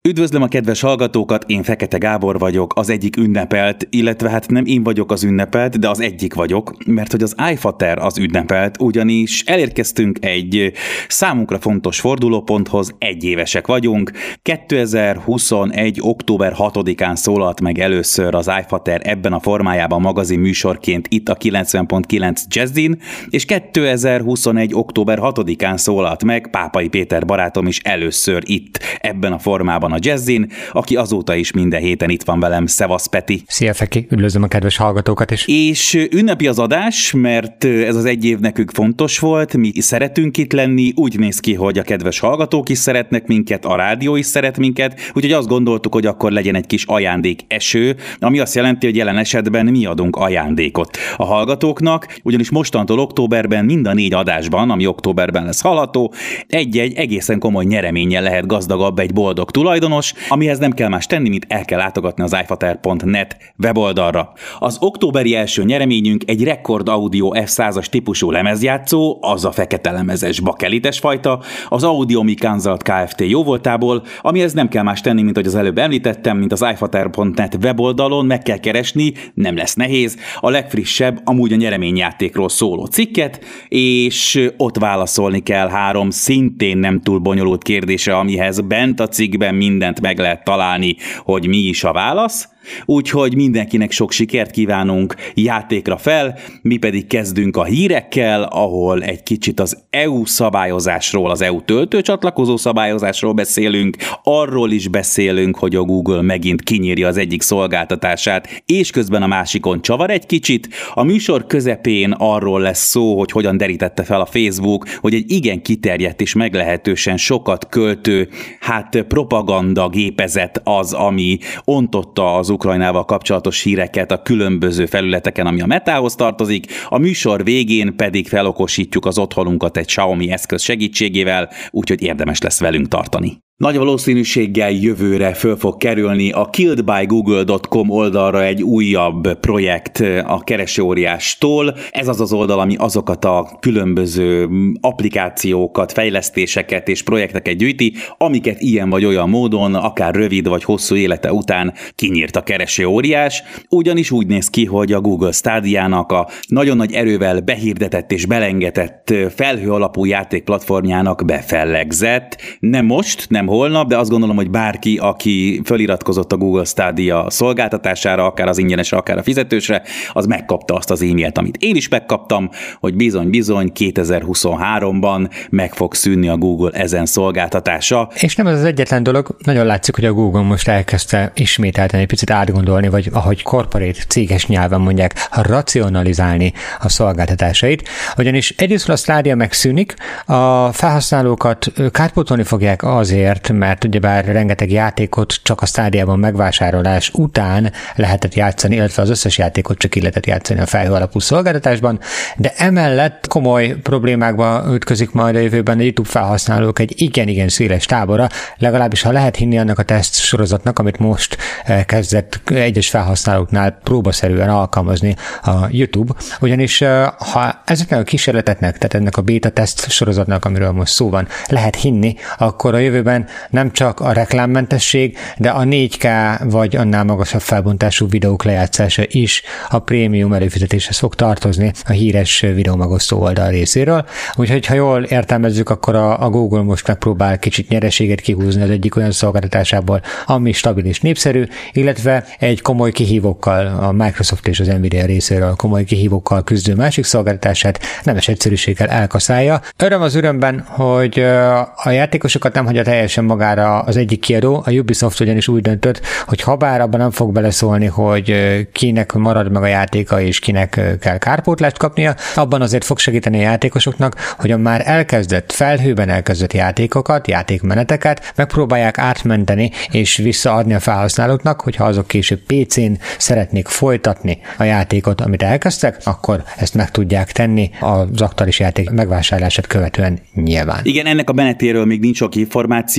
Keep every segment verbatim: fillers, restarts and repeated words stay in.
Üdvözlöm a kedves hallgatókat, én Fekete Gábor vagyok, az egyik ünnepelt, illetve hát nem én vagyok az ünnepelt, de az egyik vagyok, mert hogy az iFater az ünnepelt, ugyanis elérkeztünk egy számunkra fontos fordulóponthoz, egyévesek vagyunk. kétezer-huszonegy. október hatodikán szólalt meg először az iFater ebben a formájában magazin műsorként itt a kilencven pont kilenc Jazzin, és kétezer-huszonegy. október hatodikán szólalt meg Pápai Péter barátom is először itt ebben a formában a Jazzin, aki azóta is minden héten itt van velem. Szevasz, Peti! Szia, Feki! Üdvözlöm a kedves hallgatókat is! És ünnepi az adás, mert ez az egy év nekünk fontos volt, mi szeretünk itt lenni, úgy néz ki, hogy a kedves hallgatók is szeretnek minket, a rádió is szeret minket, úgyhogy azt gondoltuk, hogy akkor legyen egy kis ajándék eső, ami azt jelenti, hogy jelen esetben mi adunk ajándékot a hallgatóknak, ugyanis mostantól októberben mind a négy adásban, ami októberben lesz hallható, egy-egy egészen komoly nyereménnyel lehet gazdagabb egy boldog tulajdonos, amihez nem kell más tenni, mint el kell látogatni az iFater pont net weboldalra. Az októberi első nyereményünk egy Record Audio ef százas típusú lemezjátszó, az a fekete lemezes bakelites fajta, az Audiomi Consult Kft. Jóvoltából, amihez nem kell más tenni, mint hogy az előbb említettem, mint az iFater pont net weboldalon meg kell keresni, nem lesz nehéz, a legfrissebb, amúgy a nyereményjátékról szóló cikket, és ott válaszolni kell három szintén nem túl bonyolult kérdésre, amihez bent a cikkben mindent meg lehet találni, hogy mi is a válasz. Úgyhogy mindenkinek sok sikert kívánunk, játékra fel, mi pedig kezdünk a hírekkel, ahol egy kicsit az é u szabályozásról, az é u töltőcsatlakozó szabályozásról beszélünk, arról is beszélünk, hogy a Google megint kinyírja az egyik szolgáltatását, és közben a másikon csavar egy kicsit. A műsor közepén arról lesz szó, hogy hogyan derítette fel a Facebook, hogy egy igen kiterjedt és meglehetősen sokat költő, hát propaganda gépezet az, ami ontotta az Ukrajnával kapcsolatos híreket a különböző felületeken, ami a Metához tartozik. A műsor végén pedig felokosítjuk az otthonunkat egy Xiaomi eszköz segítségével, úgyhogy érdemes lesz velünk tartani. Nagy valószínűséggel jövőre föl fog kerülni a killed by google dot com oldalra egy újabb projekt a keresőóriástól. Ez az az oldal, ami azokat a különböző applikációkat, fejlesztéseket és projekteket gyűjti, amiket ilyen vagy olyan módon, akár rövid vagy hosszú élete után kinyírt a keresőóriás. Ugyanis úgy néz ki, hogy a Google Stadia-nak a nagyon nagy erővel behirdetett és belengetett felhő alapú játékplatformjának befellegzett. Nem most, nem holnap, de azt gondolom, hogy bárki, aki feliratkozott a Google Stadia szolgáltatására, akár az ingyenesre, akár a fizetősre, az megkapta azt az e-mailt, amit én is megkaptam, hogy bizony-bizony kétezer-huszonháromban meg fog szűnni a Google ezen szolgáltatása. És nem ez az egyetlen dolog, nagyon látszik, hogy a Google most elkezdte ismételten egy picit átgondolni, vagy ahogy korporét céges nyelven mondják, racionalizálni a szolgáltatásait. Ugyanis egyrészt a Stadia megszűnik, a felhasználókat kárpótolni fogják azért, mert ugyebár rengeteg játékot csak a Stadiában megvásárolás után lehetett játszani, illetve az összes játékot csak így lehetett játszani a felhő alapú szolgáltatásban, de emellett komoly problémákba ütközik majd a jövőben a YouTube felhasználók egy igen-igen széles tábora, legalábbis ha lehet hinni annak a teszt sorozatnak, amit most kezdett egyes felhasználóknál próbaszerűen alkalmazni a YouTube, ugyanis ha ezeknek a kísérleteknek, tehát ennek a beta teszt sorozatnak, amiről most szó van, lehet hinni, akkor a jövőben nem csak a reklámmentesség, de a négy ká vagy annál magasabb felbontású videók lejátszása is a prémium előfizetéshez fog tartozni a híres videómegosztó oldal részéről. Úgyhogy ha jól értelmezzük, akkor a, a Google most megpróbál kicsit nyereséget kihúzni az egyik olyan szolgáltatásából, ami stabil és népszerű, illetve egy komoly kihívókkal, a Microsoft és az Nvidia részéről komoly kihívókkal küzdő másik szolgáltatását nemes egyszerűséggel elkaszálja. Öröm az örömben, hogy a játékosokat nem hagyja teljesen magára az egyik kiadó, a Ubisoft ugyanis úgy döntött, hogy habár abban nem fog beleszólni, hogy kinek marad meg a játéka és kinek kell kárpótlást kapnia, abban azért fog segíteni a játékosoknak, hogy a már elkezdett, felhőben elkezdett játékokat, játékmeneteket megpróbálják átmenteni és visszaadni a felhasználóknak, hogyha azok később pé cén szeretnék folytatni a játékot, amit elkezdtek, akkor ezt meg tudják tenni az aktuális játék megvásárlását követően nyilván. Igen, ennek a menetéről még nincs sok információ,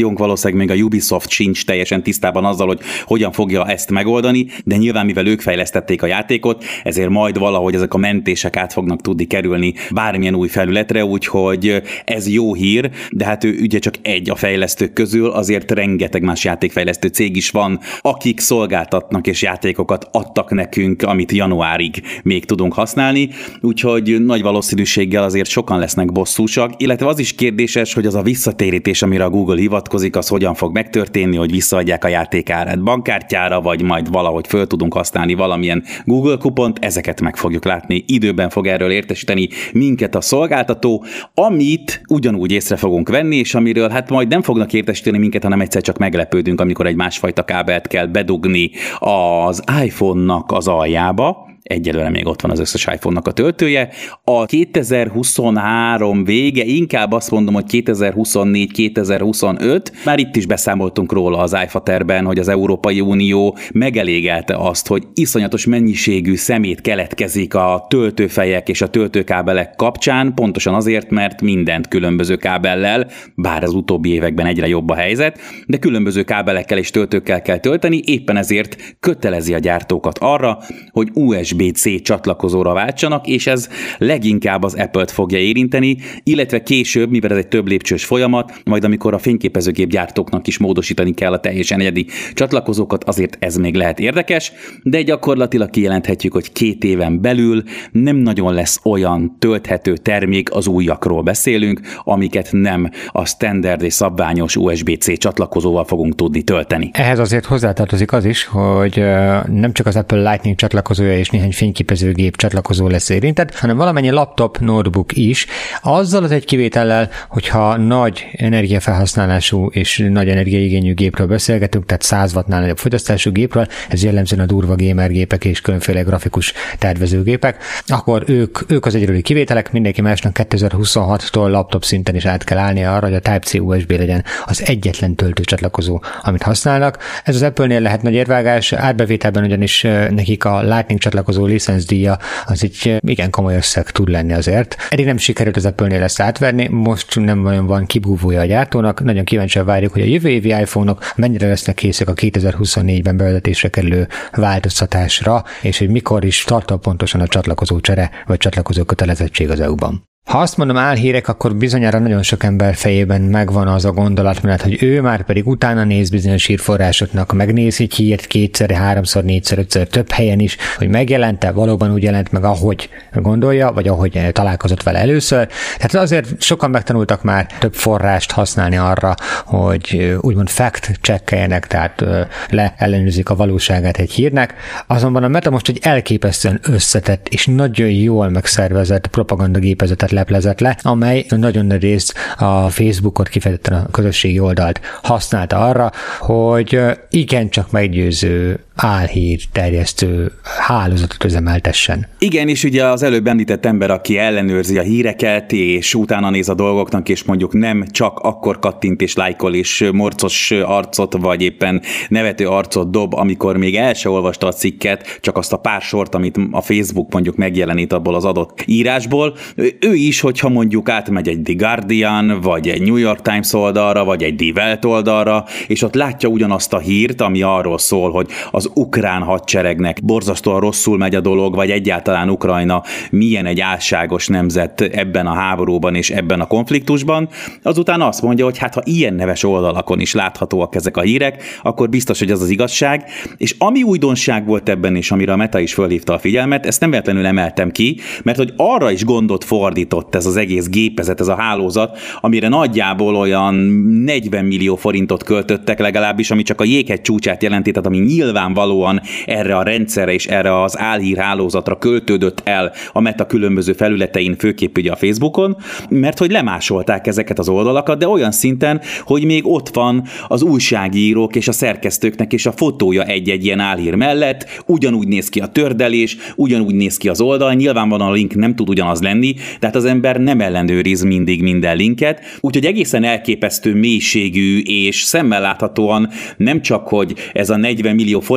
frakciónk, valószínűleg még a Ubisoft sincs teljesen tisztában azzal, hogy hogyan fogja ezt megoldani, de nyilván mivel ők fejlesztették a játékot, ezért majd valahogy ezek a mentések át fognak tudni kerülni bármilyen új felületre, úgyhogy ez jó hír, de hát ő ugye csak egy a fejlesztők közül, azért rengeteg más játékfejlesztő cég is van, akik szolgáltatnak és játékokat adtak nekünk, amit januárig még tudunk használni, úgyhogy nagy valószínűséggel azért sokan lesznek bosszúsak, illetve az is kérdéses, hogy az a visszatérítés, amire a Google hivatkozik, az hogyan fog megtörténni, hogy visszaadják a játék árát bankkártyára, vagy majd valahogy föl tudunk használni valamilyen Google kupont, ezeket meg fogjuk látni. Időben fog erről értesíteni minket a szolgáltató, amit ugyanúgy észre fogunk venni, és amiről hát majd nem fognak értesíteni minket, hanem egyszer csak meglepődünk, amikor egy másfajta kábelt kell bedugni az iPhone-nak az aljába. Egyelőre még ott van az összes iPhone-nak a töltője. A kétezer-huszonhárom vége, inkább azt mondom, hogy kétezer-huszonnégy kétezer-huszonöt, már itt is beszámoltunk róla az iFaterben, hogy az Európai Unió megelégelte azt, hogy iszonyatos mennyiségű szemét keletkezik a töltőfejek és a töltőkábelek kapcsán, pontosan azért, mert mindent különböző kábellel, bár az utóbbi években egyre jobb a helyzet, de különböző kábelekkel és töltőkkel kell tölteni, éppen ezért kötelezi a gyártókat arra, hogy u es bé-C csatlakozóra váltsanak, és ez leginkább az Apple-t fogja érinteni, illetve később, mivel ez egy több lépcsős folyamat, majd amikor a fényképezőgép gyártóknak is módosítani kell a teljesen egyedi csatlakozókat, azért ez még lehet érdekes, de gyakorlatilag kijelenthetjük, hogy két éven belül nem nagyon lesz olyan tölthető termék, az újakról beszélünk, amiket nem a standard és szabványos u es bé-C csatlakozóval fogunk tudni tölteni. Ehhez azért hozzátartozik az is, hogy nem csak az Apple Lightning csatlakozója és néhány fényképezőgép csatlakozó lesz érintett, hanem valamennyi laptop, notebook is, azzal az egy kivétellel, hogyha nagy energiafelhasználású és nagy energiaigényű gépről beszélgetünk, tehát száz wattnál nagyobb fogyasztású gépről, ez jellemzően a durva gamer gépek és különféle grafikus tervezőgépek, akkor ők, ők az egyedüli kivételek, mindenki másnak kétezer-huszonhattól laptop szinten is át kell állnia arra, hogy a Type-C u es bé legyen az egyetlen töltőcsatlakozó, amit használnak. Ez az Apple-nél lehet nagy érvágás, árbevételben ugyanis nekik a Lightning csatlakozó licencdíja az egy igen komoly összeg tud lenni azért. Eddig nem sikerült az Apple-nél ezt átverni, most nem nagyon van kibúvója a gyártónak, nagyon kíváncsian várjuk, hogy a jövő évi iPhone-ok mennyire lesznek készek a kétezer-huszonnégyben bevezetésre kerülő változtatásra, és hogy mikor is tart pontosan a csatlakozó csere vagy csatlakozó kötelezettség az é u-ban. Ha azt mondom álhírek, akkor bizonyára nagyon sok ember fejében megvan az a gondolatmenet, hogy ő már pedig utána néz bizonyos hírforrásoknak, megnéz egy hírt kétszer, háromszor, négyszer, ötször, több helyen is, hogy megjelent-e, valóban úgy jelent meg, ahogy gondolja, vagy ahogy találkozott vele először. Tehát azért sokan megtanultak már több forrást használni arra, hogy úgymond fact-checkeljenek, tehát leellenőrzik a valóságát egy hírnek. Azonban a Meta most egy elképesztően összetett és nagyon jól megszervezett propagandagépezetet leplezett le, amely nagyon nagy részt a Facebookot, kifejezetten a közösségi oldalt használta arra, hogy igencsak meggyőző álhír terjesztő hálózatot üzemeltessen. Igen, és ugye az előbb említett ember, aki ellenőrzi a híreket, és utána néz a dolgoknak, és mondjuk nem csak akkor kattint és lájkol, és morcos arcot, vagy éppen nevető arcot dob, amikor még el se olvasta a cikket, csak azt a pár sort, amit a Facebook mondjuk megjelenít abból az adott írásból. Ő is, hogyha mondjuk átmegy egy The Guardian, vagy egy New York Times oldalra, vagy egy Die Welt oldalra, és ott látja ugyanazt a hírt, ami arról szól, hogy az ukrán hadseregnek borzasztóan rosszul megy a dolog, vagy egyáltalán Ukrajna milyen egy álságos nemzet ebben a háborúban és ebben a konfliktusban, azután azt mondja, hogy hát ha ilyen neves oldalakon is láthatóak ezek a hírek, akkor biztos, hogy az az igazság, és ami újdonság volt ebben, és amire a Meta is fölhívta a figyelmet, ezt nem véletlenül emeltem ki, mert hogy arra is gondot fordított ez az egész gépezet, ez a hálózat, amire nagyjából olyan negyven millió forintot költöttek legalábbis, ami csak a jéghegy csúcsát jelenti, tehát ami nyilvánvalóan erre a rendszerre és erre az álhírhálózatra költődött el a Meta különböző felületein, főképp ugye a Facebookon, mert hogy lemásolták ezeket az oldalakat, de olyan szinten, hogy még ott van az újságírók és a szerkesztőknek és a fotója egy-egy ilyen álhír mellett, ugyanúgy néz ki a tördelés, ugyanúgy néz ki az oldal, nyilvánvalóan a link nem tud ugyanaz lenni, tehát az ember nem ellenőriz mindig minden linket, úgyhogy egészen elképesztő mélységű és szemmel láthatóan nem csak, hogy ez a negyven millió forint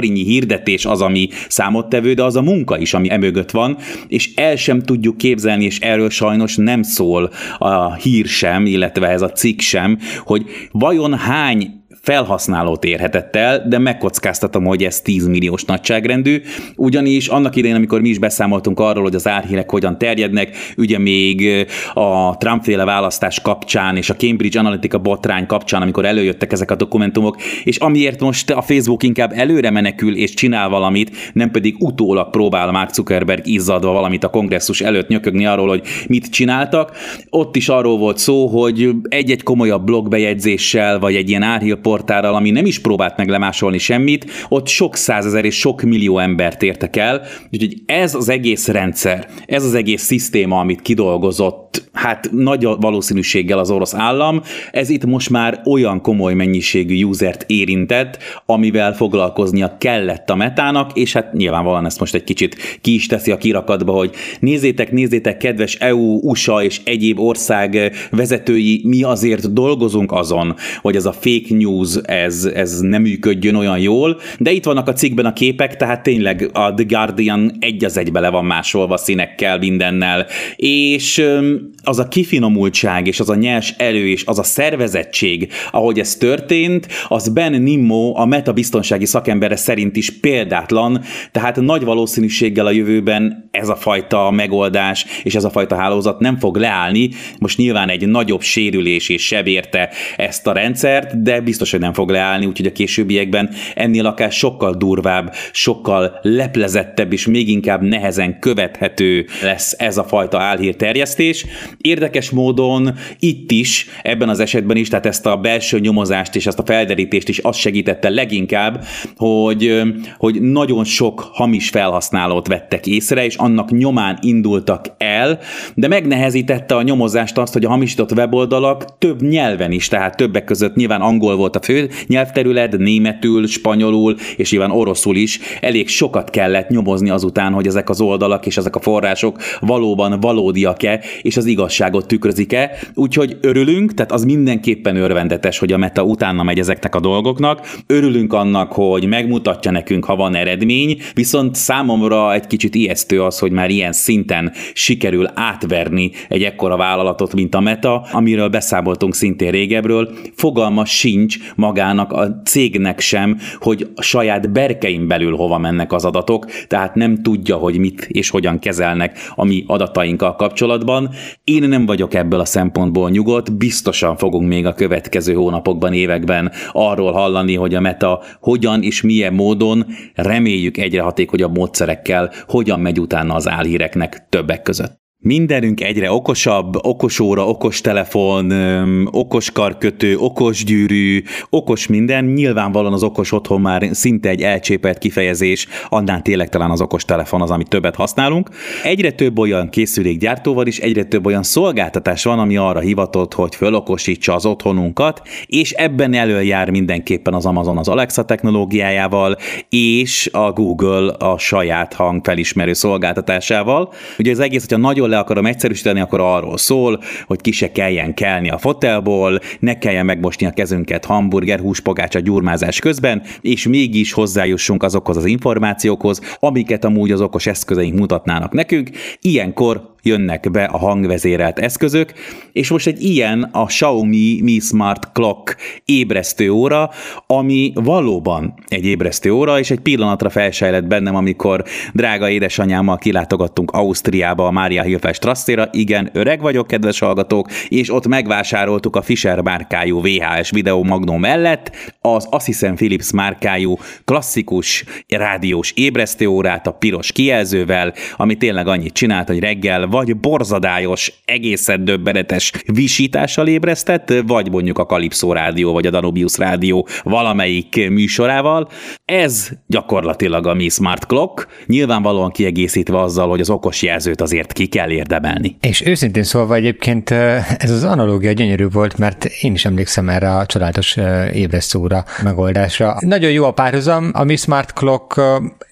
forintnyi hirdetés az, ami számottevő, de az a munka is, ami emögött van, és el sem tudjuk képzelni, és erről sajnos nem szól a hír sem, illetve ez a cikk sem, hogy vajon hány felhasználót érhetett el, de megkockáztatom, hogy ez tíz milliós nagyságrendű, ugyanis annak idején, amikor mi is beszámoltunk arról, hogy az álhírek hogyan terjednek, ugye még a Trump-féle választás kapcsán és a Cambridge Analytica botrány kapcsán, amikor előjöttek ezek a dokumentumok, és amiért most a Facebook inkább előre menekül és csinál valamit, nem pedig utólag próbál Mark Zuckerberg izzadva valamit a kongresszus előtt nyökögni arról, hogy mit csináltak. Ott is arról volt szó, hogy egy-egy komolyabb blogbejegyzéssel, vagy egy ilyen álhírport portálral, ami nem is próbált meg lemásolni semmit, ott sok százezer és sok millió embert értek el, úgyhogy ez az egész rendszer, ez az egész szisztéma, amit kidolgozott, hát nagy valószínűséggel az orosz állam, ez itt most már olyan komoly mennyiségű usert érintett, amivel foglalkoznia kellett a Metának, és hát nyilvánvalóan ezt most egy kicsit ki is teszi a kirakatba, hogy nézzétek, nézzétek, kedves é u, u es á és egyéb ország vezetői, mi azért dolgozunk azon, hogy ez a fake news Ez, ez nem működjön olyan jól, de itt vannak a cikkben a képek, tehát tényleg a The Guardian egy az egybe le van másolva színekkel, mindennel, és az a kifinomultság, és az a nyers erő, és az a szervezettség, ahogy ez történt, az Ben Nimmo, a Meta biztonsági szakembere szerint is példátlan, tehát nagy valószínűséggel a jövőben ez a fajta megoldás, és ez a fajta hálózat nem fog leállni. Most nyilván egy nagyobb sérülés és seb érte ezt a rendszert, de biztos, hogy nem fog leállni, úgyhogy a későbbiekben ennél akár sokkal durvább, sokkal leplezettebb és még inkább nehezen követhető lesz ez a fajta álhírterjesztés. Érdekes módon itt is, ebben az esetben is, tehát ezt a belső nyomozást és ezt a felderítést is azt segítette leginkább, hogy, hogy nagyon sok hamis felhasználót vettek észre, és annak nyomán indultak el, de megnehezítette a nyomozást azt, hogy a hamisított weboldalak több nyelven is, tehát többek között nyilván angol volt a fő nyelvterület, németül, spanyolul, és nyilván oroszul is. Elég sokat kellett nyomozni azután, hogy ezek az oldalak és ezek a források valóban valódiak-e, és az igazságot tükrözik-e. Úgyhogy örülünk, tehát az mindenképpen örvendetes, hogy a Meta utána megy ezeknek a dolgoknak. Örülünk annak, hogy megmutatja nekünk, ha van eredmény, viszont számomra egy kicsit ijesztő az, hogy már ilyen szinten sikerül átverni egy ekkora vállalatot, mint a Meta, amiről beszámoltunk szintén régebről. Fogalma sincs magának a cégnek sem, hogy a saját berkein belül hova mennek az adatok, tehát nem tudja, hogy mit és hogyan kezelnek a mi adatainkkal kapcsolatban. Én nem vagyok ebből a szempontból nyugodt, biztosan fogunk még a következő hónapokban, években arról hallani, hogy a Meta hogyan és milyen módon, reméljük egyre hatékonyabb módszerekkel, hogyan megy utána az álhíreknek többek között. Mindenünk egyre okosabb, okosóra, okostelefon, okos karkötő, okos gyűrű, okos minden. Nyilvánvalóan az okos otthon már szinte egy elcsépelt kifejezés, annál tényleg talán az okostelefon az, amit többet használunk. Egyre több olyan készülékgyártó van, és egyre több olyan szolgáltatás van, ami arra hivatott, hogy fölokosítsa az otthonunkat, és ebben előjár mindenképpen az Amazon az Alexa technológiájával, és a Google a saját hangfelismerő szolgáltatásával. Ugye az egész, hogyha nagyon le akarom egyszerűsíteni, akkor arról szól, hogy ki se kelljen kelni a fotelból, ne kelljen megmosni a kezünket hamburger, húspogácsa gyurmázás közben, és mégis hozzájussunk azokhoz az információkhoz, amiket amúgy az okos eszközeink mutatnának nekünk. Ilyenkor jönnek be a hangvezérelt eszközök, és most egy ilyen a Xiaomi Mi Smart Clock ébresztő óra, ami valóban egy ébresztő óra, és egy pillanatra felsejlett bennem, amikor drága édesanyámmal kilátogattunk Ausztriába, a Mária Hilfer Strasszéra. Igen, öreg vagyok, kedves hallgatók, és ott megvásároltuk a Fisher márkájú vé há es Video Magnum mellett az azt hiszem Philips márkájú klasszikus rádiós ébresztő órát a piros kijelzővel, ami tényleg annyit csinált, hogy reggel vagy borzadályos, egészen döbbenetes visítással ébresztett, vagy mondjuk a Calypso rádió, vagy a Danubius rádió valamelyik műsorával. Ez gyakorlatilag a Mi Smart Clock, nyilvánvalóan kiegészítve azzal, hogy az okos jelzőt azért ki kell érdemelni. És őszintén szólva egyébként ez az analógia gyönyörű volt, mert én is emlékszem erre a csodálatos ébresztőóra megoldásra. Nagyon jó a párhuzam, a Mi Smart Clock egy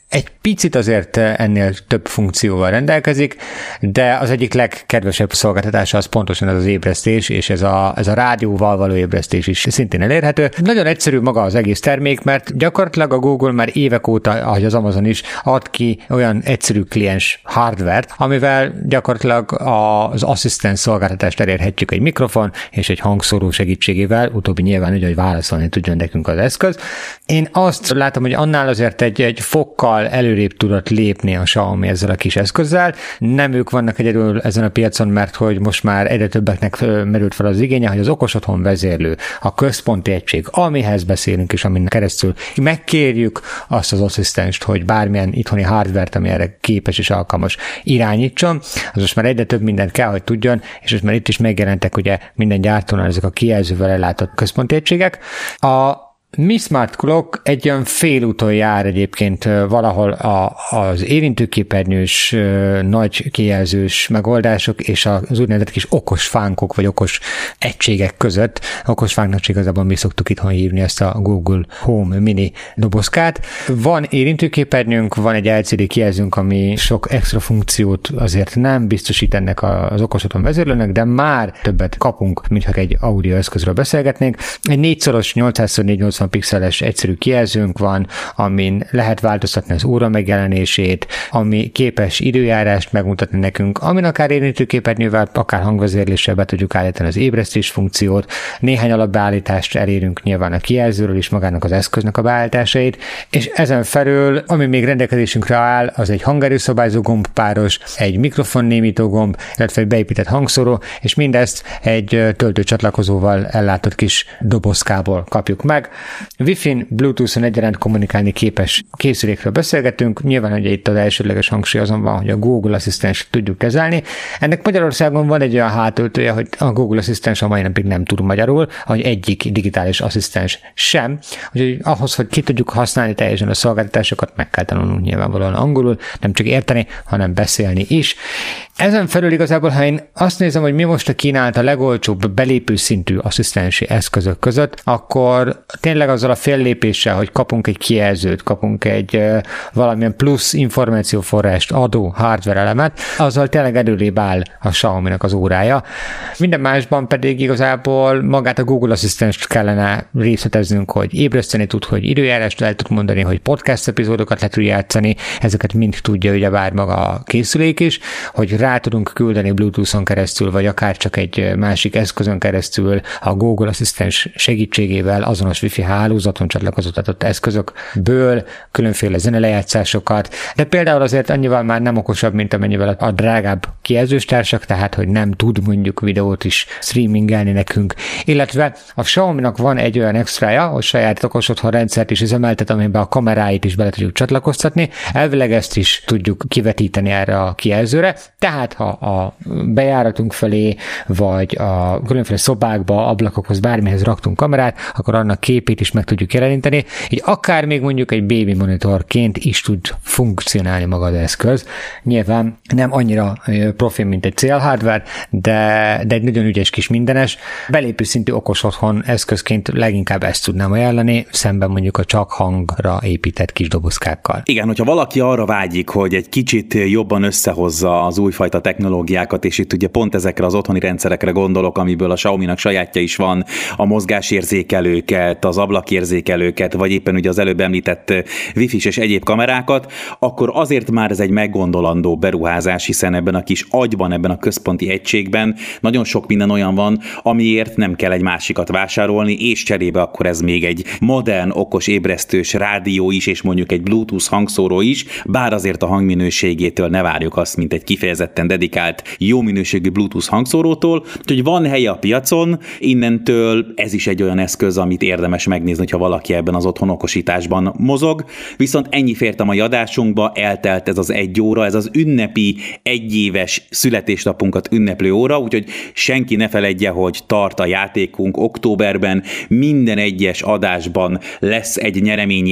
picit azért ennél több funkcióval rendelkezik, de az egyik legkedvesebb szolgáltatása az pontosan ez az ébresztés, és ez a, ez a rádióval való ébresztés is szintén elérhető. Nagyon egyszerű maga az egész termék, mert gyakorlatilag a Google már évek óta, ahogy az Amazon is, ad ki olyan egyszerű kliens hardware-t, amivel gyakorlatilag az asszisztens szolgáltatást elérhetjük egy mikrofon és egy hangszóró segítségével, utóbbi nyilván úgy, hogy válaszolni tudjon nekünk az eszköz. Én azt látom, hogy annál azért egy, egy fokkal előrébb tudott lépni a Xiaomi ezzel a kis eszközzel. Nem ők vannak egyedül ezen a piacon, mert hogy most már egyre többeknek merült fel az igénye, hogy az okos otthon vezérlő, a központi egység, amihez beszélünk és amin keresztül megkérjük azt az asszisztenst, hogy bármilyen itthoni hardware-t, ami erre képes és alkalmas, irányítson. Az most már egyre több mindent kell, hogy tudjon, és most már itt is megjelentek ugye minden gyártónál ezek a kijelzővel ellátott központi egységek. A Mi Smart Clock egy olyan félúton jár egyébként valahol a, az érintőképernyős nagy kijelzős megoldások és az úgynevezett kis okos fánkok vagy okos egységek között. Okos fánknak igazából mi szoktuk itthon hívni ezt a Google Home Mini dobozkát. Van érintőképernyőnk, van egy el cé dé kijelzőnk, ami sok extra funkciót azért nem biztosít ennek az okos otthon vezérlőnek, de már többet kapunk, mintha egy audio eszközről beszélgetnénk. Egy négyszoros nyolcszáz négyszáznyolcvan pixeles egyszerű kijelzőnk van, amin lehet változtatni az óra megjelenését, ami képes időjárást megmutatni nekünk, amin akár érintőképernyővel, akár hangvezérléssel be tudjuk állítani az ébresztés funkciót, néhány alapbeállítást elérünk nyilván a kijelzőről is, magának az eszköznek a beállításait, és ezen felül, ami még rendelkezésünkre áll, az egy hangerőszabályzó gombpáros, egy mikrofonnémító gomb, illetve egy beépített hangszóró, és mindezt egy töltőcsatlakozóval ellátott kis dobozkából kapjuk meg. Wi-Fi-n, Bluetooth-on egyaránt kommunikálni képes készülékről beszélgetünk. Nyilván ugye itt az elsődleges hangsúly azon van, hogy a Google Asszisztens tudjuk kezelni. Ennek Magyarországon van egy olyan hátöltője, hogy a Google Asszisztens a mai napig nem tud magyarul, hogy egyik digitális asszisztens sem. Úgyhogy ahhoz, hogy ki tudjuk használni teljesen a szolgáltatásokat, meg kell tanulnunk nyilvánvalóan angolul, nem csak érteni, hanem beszélni is. Ezen felül igazából, ha én azt nézem, hogy mi most a kínált a legolcsóbb belépő szintű asszisztensi eszközök között, akkor tényleg azzal a fél lépéssel, hogy kapunk egy kijelzőt, kapunk egy uh, valamilyen plusz információforrást adó hardware elemet, azzal tényleg előrébb áll a Xiaomi-nak az órája. Minden másban pedig igazából magát a Google Asszisztenst kellene részleteznünk, hogy ébreszteni tud, hogy időjárást el tud mondani, hogy podcast epizódokat le tud játszani, ezeket mind tudja ugyebár maga a készülék is, hogy rá tudunk küldeni Bluetooth-on keresztül, vagy akár csak egy másik eszközön keresztül a Google Asszisztens segítségével azonos Wi-Fi hálózaton csatlakoztatott eszközökből különféle zenelejátszásokat, de például azért annyival már nem okosabb, mint amennyivel a drágább kijelzős társak, tehát hogy nem tud mondjuk videót is streamingelni nekünk, illetve a Xiaomi-nak van egy olyan extrája, hogy saját okos otthon rendszert is üzemeltet, amiben a kameráit is bele tudjuk csatlakoztatni, elvileg ezt is tudjuk kivetíteni erre a kijelzőre, tehát ha a bejáratunk felé, vagy a különféle szobákba, ablakokhoz, bármihez raktunk kamerát, akkor annak képét is meg tudjuk jeleníteni, így akár még mondjuk egy baby monitorként is tud funkcionálni maga az eszköz. Nyilván nem annyira profi, mint egy célhardware, de, de egy nagyon ügyes kis mindenes. Belépő szintű okos otthon eszközként leginkább ezt tudnám ajánlani, szemben mondjuk a csak hangra épített kis dobozkákkal. Igen, hogyha valaki arra vágyik, hogy egy kicsit jobban összehozza az újfajta technológiákat, és itt ugye pont ezekre az otthoni rendszerekre gondolok, amiből a Xiaomi-nak sajátja is van, a mozgásérzékelőket, az ablakérzékelőket, vagy éppen ugye az előbb említett Wi-Fi-s és egyéb kamerákat, akkor azért már ez egy meggondolandó beruházás, hiszen ebben a kis agyban, ebben a központi egységben nagyon sok minden olyan van, amiért nem kell egy másikat vásárolni, és cserébe akkor ez még egy modern, okos, ébresztős rádió is, és mondjuk egy Bluetooth hangszóró is, bár azért a hangminőségétől ne várjuk azt, mint egy kifejezetten dedikált, jó minőségű Bluetooth hangszórótól, úgyhogy van helye a piacon, innentől ez is egy olyan eszköz, amit érdemes megnézni, hogyha valaki ebben az otthonokosításban mozog. Viszont ennyi fért a mai adásunkba, eltelt ez az egy óra, ez az ünnepi egyéves születésnapunkat ünneplő óra, úgyhogy senki ne feledje, hogy tart a játékunk októberben, minden egyes adásban lesz egy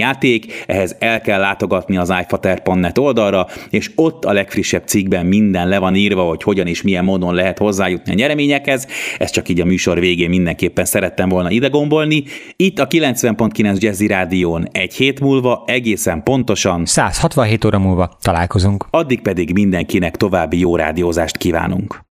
nyereményjáték, ehhez el kell látogatni az iFater pont net oldalra, és ott a legfrissebb cikkben minden le van írva, hogy hogyan és milyen módon lehet hozzájutni a nyereményekhez. Ezt csak így a műsor végén mindenképpen szerettem volna ide gombolni. Itt a kilencven pont kilenc Jazzy Rádión egy hét múlva egészen pontosan száz hatvanhét óra múlva találkozunk. Addig pedig mindenkinek további jó rádiózást kívánunk.